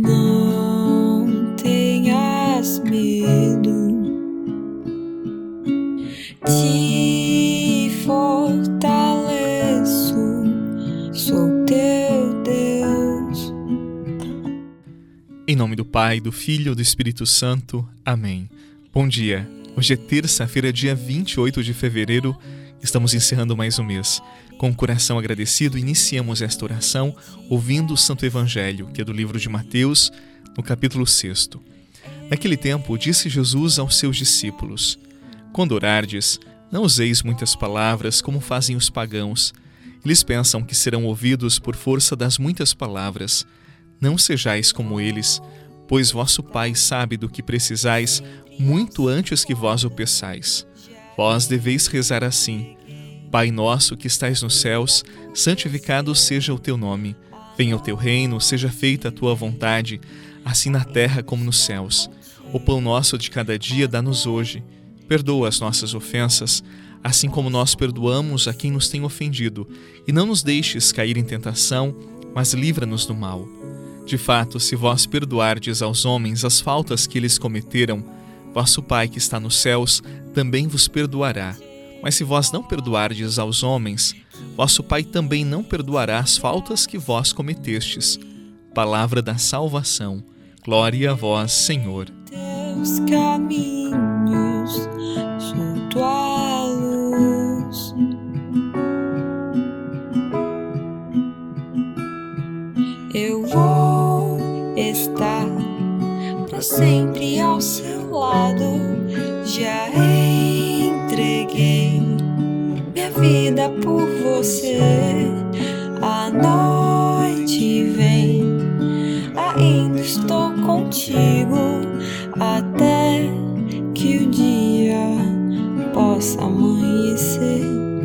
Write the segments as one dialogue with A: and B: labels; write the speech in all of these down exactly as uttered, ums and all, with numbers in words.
A: Não tenhas medo, te fortaleço, sou teu Deus.
B: Em nome do Pai, do Filho e do Espírito Santo. Amém. Bom dia. Hoje é terça-feira, dia vinte e oito de fevereiro. Estamos encerrando mais um mês. Com o coração agradecido, iniciamos esta oração ouvindo o Santo Evangelho, que é do livro de Mateus, no capítulo seis. Naquele tempo, disse Jesus aos seus discípulos: Quando orardes, não useis muitas palavras como fazem os pagãos. Eles pensam que serão ouvidos por força das muitas palavras. Não sejais como eles, pois vosso Pai sabe do que precisais muito antes que vós o peçais. Vós deveis rezar assim: Pai nosso que estais nos céus, santificado seja o teu nome. Venha o teu reino, seja feita a tua vontade, assim na terra como nos céus. O pão nosso de cada dia dá-nos hoje. Perdoa as nossas ofensas, assim como nós perdoamos a quem nos tem ofendido. E não nos deixes cair em tentação, mas livra-nos do mal. De fato, se vós perdoardes aos homens as faltas que eles cometeram, vosso Pai que está nos céus também vos perdoará. Mas se vós não perdoardes aos homens, vosso Pai também não perdoará as faltas que vós cometestes. Palavra da salvação. Glória a vós, Senhor.
A: Teus caminhos, sou tua luz. Eu vou estar para sempre ao seu lado. Já entreguei minha vida por você. A noite vem, ainda estou contigo, até que o dia possa amanhecer.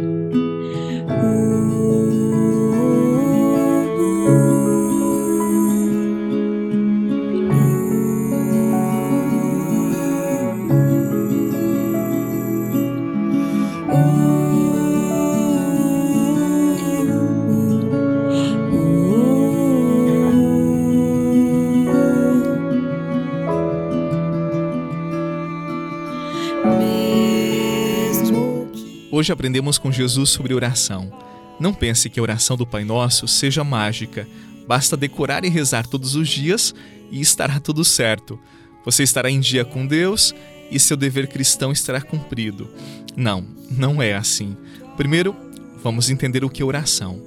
B: Hoje aprendemos com Jesus sobre oração. Não pense que a oração do Pai Nosso seja mágica. Basta decorar e rezar todos os dias e estará tudo certo. Você estará em dia com Deus e seu dever cristão estará cumprido. Não, não é assim. Primeiro, vamos entender o que é oração.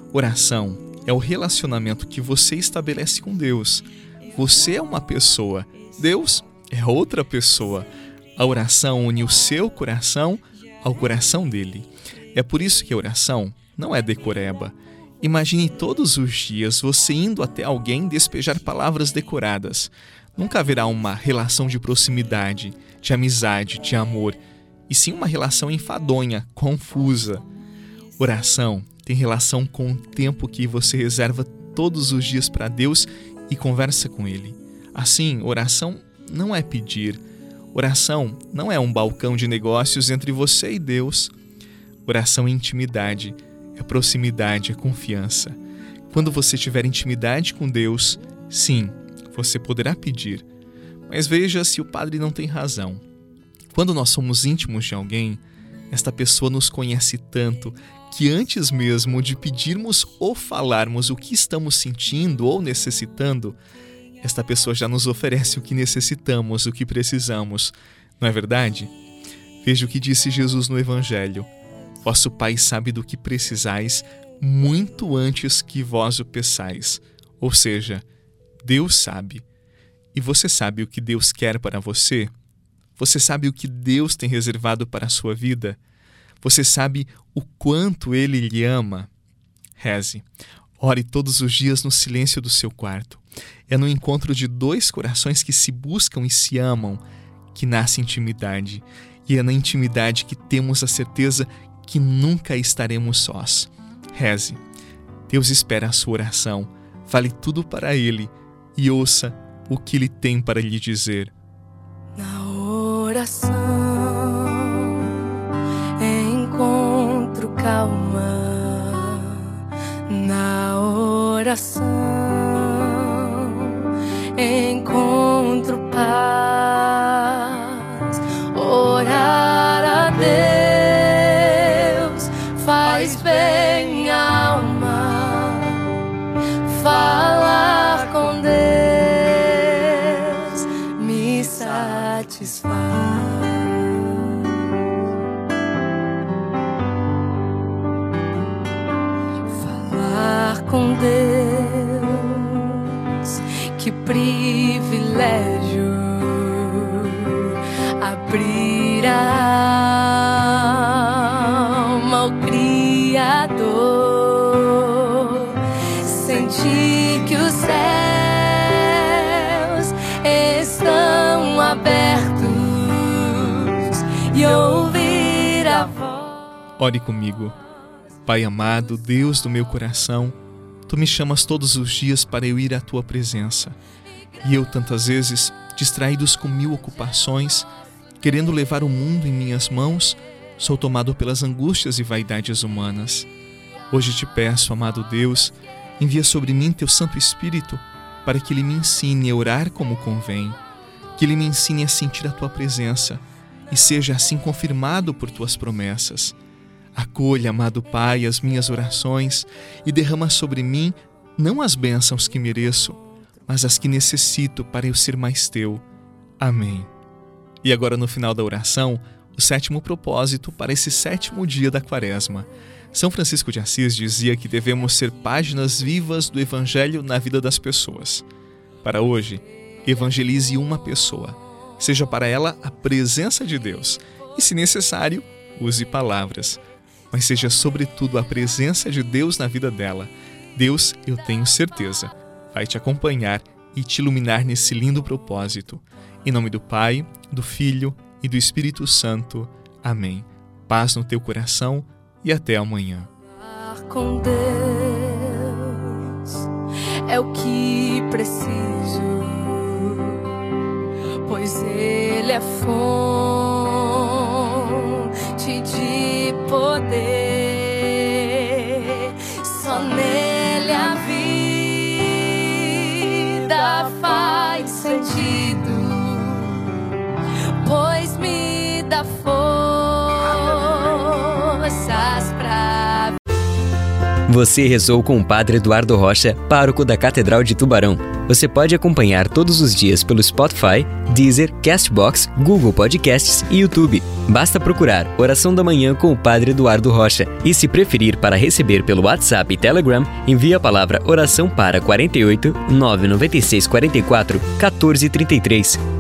B: Oração é o relacionamento que você estabelece com Deus. Você é uma pessoa, Deus é outra pessoa. A oração une o seu coração ao coração dele. É por isso que a oração não é decoreba. Imagine todos os dias você indo até alguém despejar palavras decoradas. Nunca haverá uma relação de proximidade, de amizade, de amor, e sim uma relação enfadonha, confusa. Oração tem relação com o tempo que você reserva todos os dias para Deus e conversa com Ele. Assim, oração não é pedir. Oração não é um balcão de negócios entre você e Deus. Oração é intimidade, é proximidade, é confiança. Quando você tiver intimidade com Deus, sim, você poderá pedir. Mas veja se o padre não tem razão. Quando nós somos íntimos de alguém, esta pessoa nos conhece tanto que antes mesmo de pedirmos ou falarmos o que estamos sentindo ou necessitando, esta pessoa já nos oferece o que necessitamos, o que precisamos. Não é verdade? Veja o que disse Jesus no Evangelho. Vosso Pai sabe do que precisais muito antes que vós o peçais. Ou seja, Deus sabe. E você sabe o que Deus quer para você? Você sabe o que Deus tem reservado para a sua vida? Você sabe o quanto Ele lhe ama? Reze. Ore todos os dias no silêncio do seu quarto. É no encontro de dois corações que se buscam e se amam que nasce intimidade. E é na intimidade que temos a certeza que nunca estaremos sós. Reze. Deus espera a sua oração. Fale tudo para Ele e ouça o que Ele tem para lhe dizer.
A: Na oração encontro calma. Na oração que privilégio abrir a alma ao Criador, sentir que os céus estão abertos e ouvir a voz.
B: Ore comigo. Pai amado, Deus do meu coração, Tu me chamas todos os dias para eu ir à Tua presença. E eu, tantas vezes, distraídos com mil ocupações, querendo levar o mundo em minhas mãos, sou tomado pelas angústias e vaidades humanas. Hoje te peço, amado Deus, envia sobre mim Teu Santo Espírito, para que Ele me ensine a orar como convém, que Ele me ensine a sentir a Tua presença e seja assim confirmado por Tuas promessas. Acolha, amado Pai, as minhas orações e derrama sobre mim não as bênçãos que mereço, mas as que necessito para eu ser mais Teu. Amém. E agora, no final da oração, o sétimo propósito para esse sétimo dia da Quaresma. São Francisco de Assis dizia que devemos ser páginas vivas do Evangelho na vida das pessoas. Para hoje, evangelize uma pessoa. Seja para ela a presença de Deus e, se necessário, use palavras. Mas seja sobretudo a presença de Deus na vida dela. Deus, eu tenho certeza, vai te acompanhar e te iluminar nesse lindo propósito. Em nome do Pai, do Filho e do Espírito Santo. Amém. Paz no teu coração e até amanhã.
A: Com Deus é o que preciso, pois Ele é fonte de poder, só nele a vida faz sentido, pois me dá forças pra...
C: Você rezou com o Padre Eduardo Rocha, pároco da Catedral de Tubarão. Você pode acompanhar todos os dias pelo Spotify, Deezer, Castbox, Google Podcasts e YouTube. Basta procurar Oração da Manhã com o Padre Eduardo Rocha. E se preferir para receber pelo WhatsApp e Telegram, envie a palavra oração para quarenta e oito, nove nove seis, quarenta e quatro, quatorze, trinta e três.